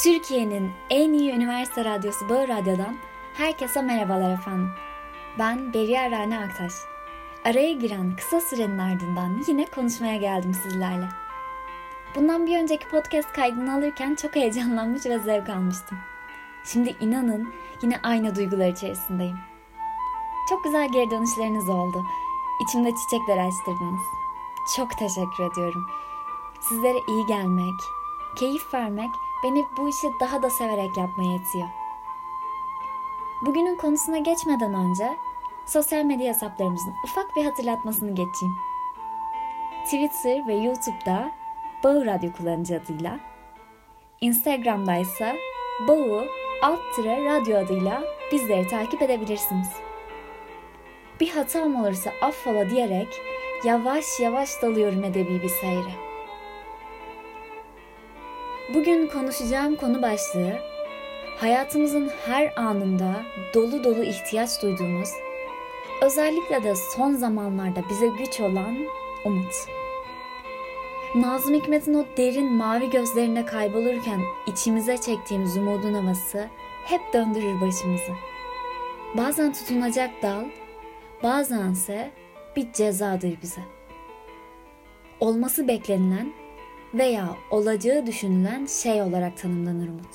Türkiye'nin en iyi üniversite radyosu Bağ Radyo'dan herkese merhabalar efendim. Ben Beriye Rane Aktaş. Araya giren kısa sürenin ardından yine konuşmaya geldim sizlerle. Bundan bir önceki podcast kaydını alırken çok heyecanlanmış ve zevk almıştım. Şimdi inanın yine aynı duygular içerisindeyim. Çok güzel geri dönüşleriniz oldu. İçimde çiçekler açtırdınız. Çok teşekkür ediyorum. Sizlere iyi gelmek, keyif vermek beni bu işi daha da severek yapmaya yetiyor. Bugünün konusuna geçmeden önce sosyal medya hesaplarımızın ufak bir hatırlatmasını geçeyim. Twitter ve YouTube'da Bağ Radyo kullanıcı adıyla, Instagram'da ise Bağ_Radyo adıyla bizleri takip edebilirsiniz. Bir hatam olursa affola diyerek yavaş yavaş dalıyorum edebi bir seyre. Bugün konuşacağım konu başlığı, hayatımızın her anında dolu dolu ihtiyaç duyduğumuz, özellikle de son zamanlarda bize güç olan umut. Nazım Hikmet'in o derin mavi gözlerinde kaybolurken içimize çektiğimiz umudun havası hep döndürür başımızı. Bazen tutunacak dal, bazense bir cezadır bize. Olması beklenilen veya olacağı düşünülen şey olarak tanımlanır umut.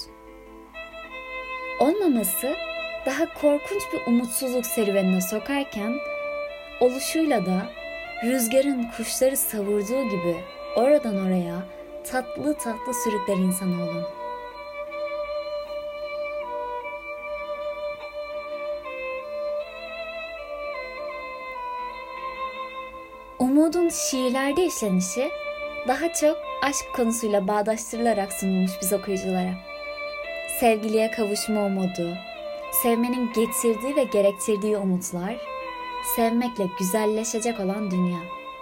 Olmaması daha korkunç bir umutsuzluk serüvenine sokarken, oluşuyla da rüzgarın kuşları savurduğu gibi oradan oraya tatlı tatlı sürükler insanoğlunu. Umudun şiirlerde işlenişi daha çok aşk konusuyla bağdaştırılarak sunulmuş biz okuyuculara. Sevgiliye kavuşma umudu, sevmenin getirdiği ve gerektirdiği umutlar, sevmekle güzelleşecek olan dünya.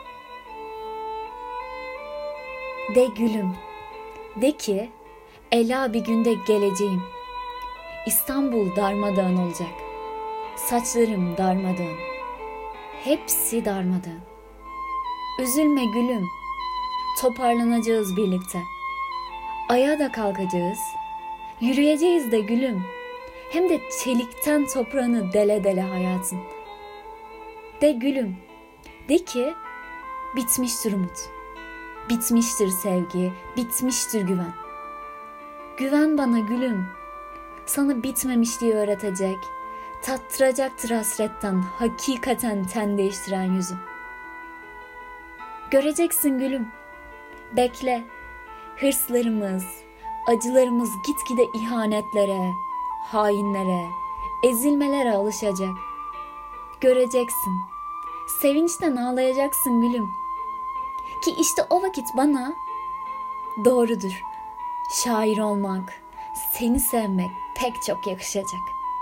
De gülüm, de ki ela bir günde geleceğim. İstanbul darmadağın olacak. Saçlarım darmadağın. Hepsi darmadağın. Üzülme gülüm. Toparlanacağız birlikte. Ayağa da kalkacağız. Yürüyeceğiz de gülüm. Hem de çelikten toprağını dele dele hayatın. De gülüm. De ki bitmiştir umut. Bitmiştir sevgi. Bitmiştir güven. Güven bana gülüm. Sana bitmemişliği öğretecek. Tattıracaktır hasretten hakikaten ten değiştiren yüzüm. Göreceksin gülüm. Bekle, hırslarımız, acılarımız gitgide ihanetlere, hainlere, ezilmelere alışacak. Göreceksin, sevinçten ağlayacaksın gülüm. Ki işte o vakit bana doğrudur, şair olmak, seni sevmek pek çok yakışacak.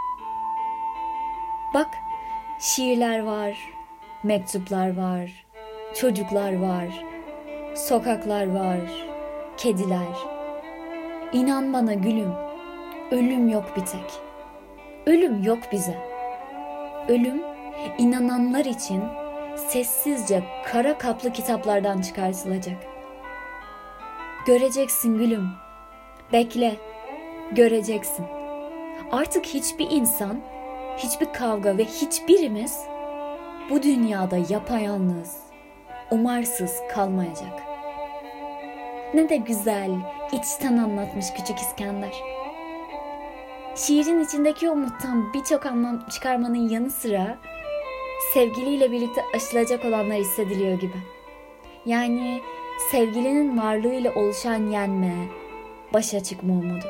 Bak, şiirler var, mektuplar var, çocuklar var, sokaklar var, kediler. İnan bana gülüm, ölüm yok bir tek. Ölüm yok bize. Ölüm, inananlar için sessizce kara kaplı kitaplardan çıkartılacak. Göreceksin gülüm, bekle, göreceksin. Artık hiçbir insan, hiçbir kavga ve hiçbirimiz bu dünyada yapayalnız, umarsız kalmayacak. Ne de güzel, içten anlatmış Küçük İskender. Şiirin içindeki umuttan birçok anlam çıkarmanın yanı sıra sevgiliyle birlikte aşılacak olanlar hissediliyor gibi. Yani sevgilinin varlığıyla oluşan yenme, başa çıkma umudu.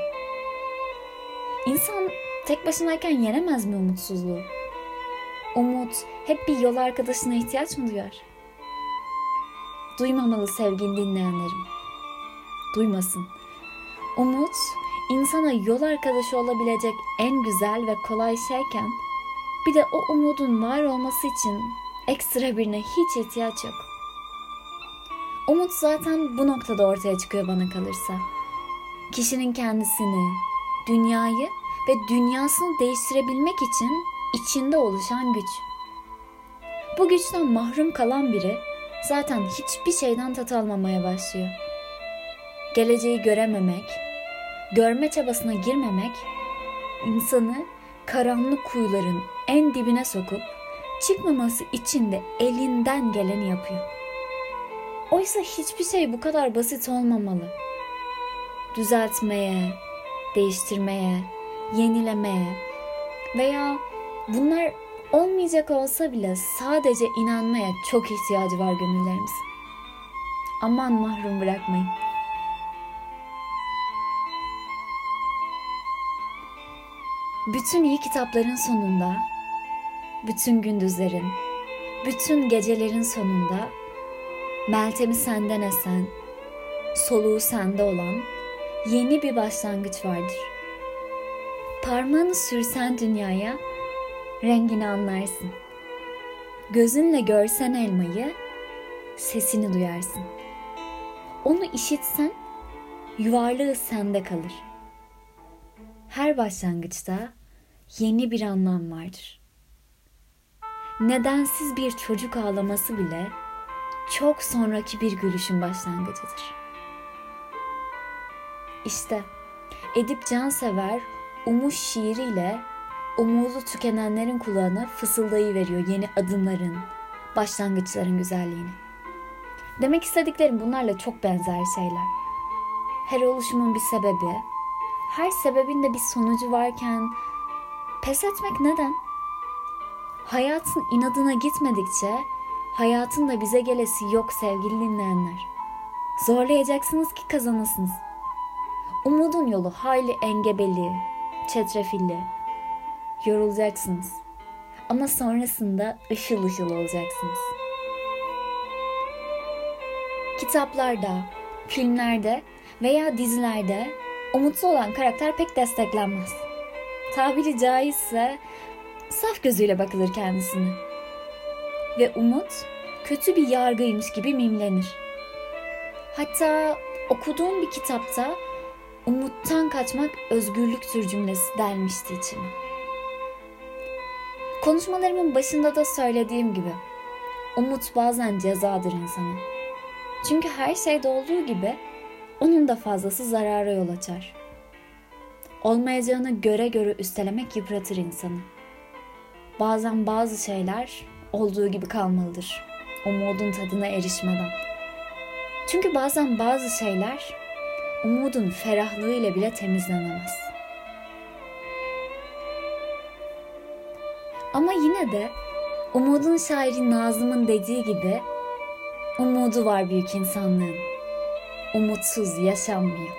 İnsan tek başınayken yenemez mi umutsuzluğu? Umut hep bir yol arkadaşına ihtiyaç mı duyar? Duymamalı sevgili dinleyenlerim. Duymasın. Umut, insana yol arkadaşı olabilecek en güzel ve kolay şeyken, bir de o umudun var olması için ekstra birine hiç ihtiyaç yok. Umut zaten bu noktada ortaya çıkıyor bana kalırsa. Kişinin kendisini, dünyayı ve dünyasını değiştirebilmek için içinde oluşan güç. Bu güçten mahrum kalan biri zaten hiçbir şeyden tat almamaya başlıyor. Geleceği görememek, görme çabasına girmemek, insanı karanlık kuyuların en dibine sokup çıkmaması için de elinden geleni yapıyor. Oysa hiçbir şey bu kadar basit olmamalı. Düzeltmeye, değiştirmeye, yenilemeye veya bunlar olmayacak olsa bile sadece inanmaya çok ihtiyacı var gönüllerimizin. Aman mahrum bırakmayın. Bütün iyi kitapların sonunda, bütün gündüzlerin, bütün gecelerin sonunda meltemi senden esen, soluğu sende olan yeni bir başlangıç vardır. Parmağını sürsen dünyaya, rengini anlarsın. Gözünle görsen elmayı, sesini duyarsın. Onu işitsen, yuvarlığı sende kalır. Her başlangıçta yeni bir anlam vardır. Nedensiz bir çocuk ağlaması bile çok sonraki bir gülüşün başlangıcıdır. İşte Edip Cansever Umuş şiiriyle umudu tükenenlerin kulağına fısıldayıveriyor yeni adımların, başlangıçların güzelliğini. Demek istediklerim bunlarla çok benzer şeyler. Her oluşumun bir sebebi, her sebebin de bir sonucu varken pes etmek neden? Hayatın inadına gitmedikçe hayatın da bize gelesi yok sevgili dinleyenler. Zorlayacaksınız ki kazanasınız. Umudun yolu hayli engebeli, çetrefilli. Yorulacaksınız. Ama sonrasında ışıl ışıl olacaksınız. Kitaplarda, filmlerde veya dizilerde umutlu olan karakter pek desteklenmez. Tabiri caizse saf gözüyle bakılır kendisine. Ve umut kötü bir yargıymış gibi mimlenir. Hatta okuduğum bir kitapta umuttan kaçmak özgürlüktür cümlesi delmişti içime. Konuşmalarımın başında da söylediğim gibi umut bazen cezadır insana. Çünkü her şeyde olduğu gibi onun da fazlası zarara yol açar. Olmayacağını göre göre üstelemek yıpratır insanı. Bazen bazı şeyler olduğu gibi kalmalıdır. Umudun tadına erişmeden. Çünkü bazen bazı şeyler umudun ferahlığıyla bile temizlenemez. Ama yine de umudun şairi Nazım'ın dediği gibi umudu var büyük insanlığın. Umutsuz yaşanmıyor.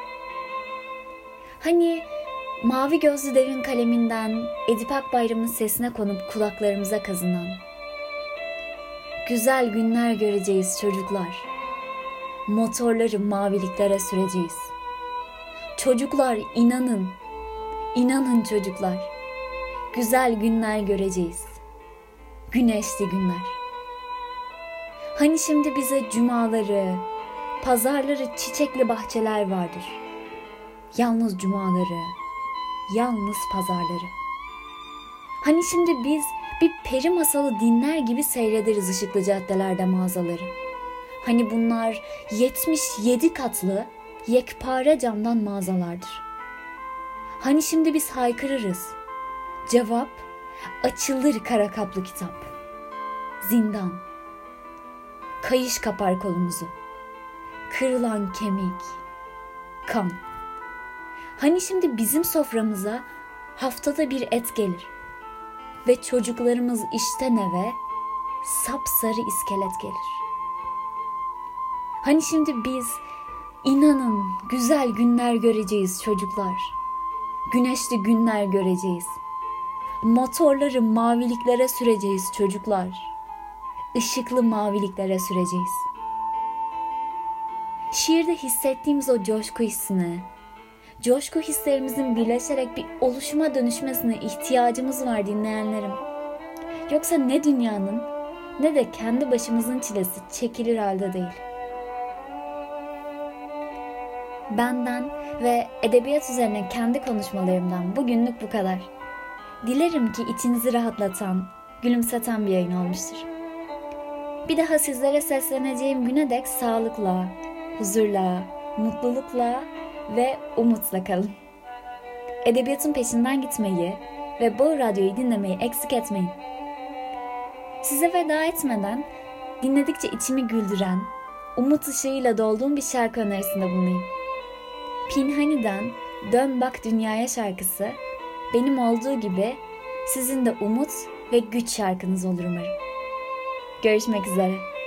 Hani mavi gözlü devin kaleminden Edip Akbayram'ın sesine konup kulaklarımıza kazınan güzel günler göreceğiz çocuklar. Motorları maviliklere süreceğiz. Çocuklar inanın, inanın çocuklar. Güzel günler göreceğiz. Güneşli günler. Hani şimdi bize cumaları, pazarları çiçekli bahçeler vardır. Yalnız cumaları, yalnız pazarları. Hani şimdi biz bir peri masalı dinler gibi seyrederiz ışıklı caddelerde mağazaları. Hani bunlar 77 katlı yekpare camdan mağazalardır. Hani şimdi biz haykırırız. Cevap, açılır kara kaplı kitap. Zindan. Kayış kapar kolumuzu. Kırılan kemik. Kan. Hani şimdi bizim soframıza haftada bir et gelir. Ve çocuklarımız işten eve sapsarı iskelet gelir. Hani şimdi biz inanın güzel günler göreceğiz çocuklar. Güneşli günler göreceğiz. Motorları maviliklere süreceğiz çocuklar. Işıklı maviliklere süreceğiz. Şiirde hissettiğimiz o coşku hissine, coşku hislerimizin birleşerek bir oluşuma dönüşmesine ihtiyacımız var dinleyenlerim. Yoksa ne dünyanın ne de kendi başımızın çilesi çekilir halde değil. Benden ve edebiyat üzerine kendi konuşmalarımdan bugünlük bu kadar. Dilerim ki içinizi rahatlatan, gülümseten bir yayın olmuştur. Bir daha sizlere sesleneceğim güne dek sağlıkla, huzurla, mutlulukla ve umutla kalın. Edebiyatın peşinden gitmeyi ve bu radyoyu dinlemeyi eksik etmeyin. Size veda etmeden dinledikçe içimi güldüren, umut ışığıyla dolduğum bir şarkı önerisinde bulunayım. Pinhani'den Dön Bak Dünyaya şarkısı benim olduğu gibi sizin de umut ve güç şarkınız olur umarım. Görüşmek üzere.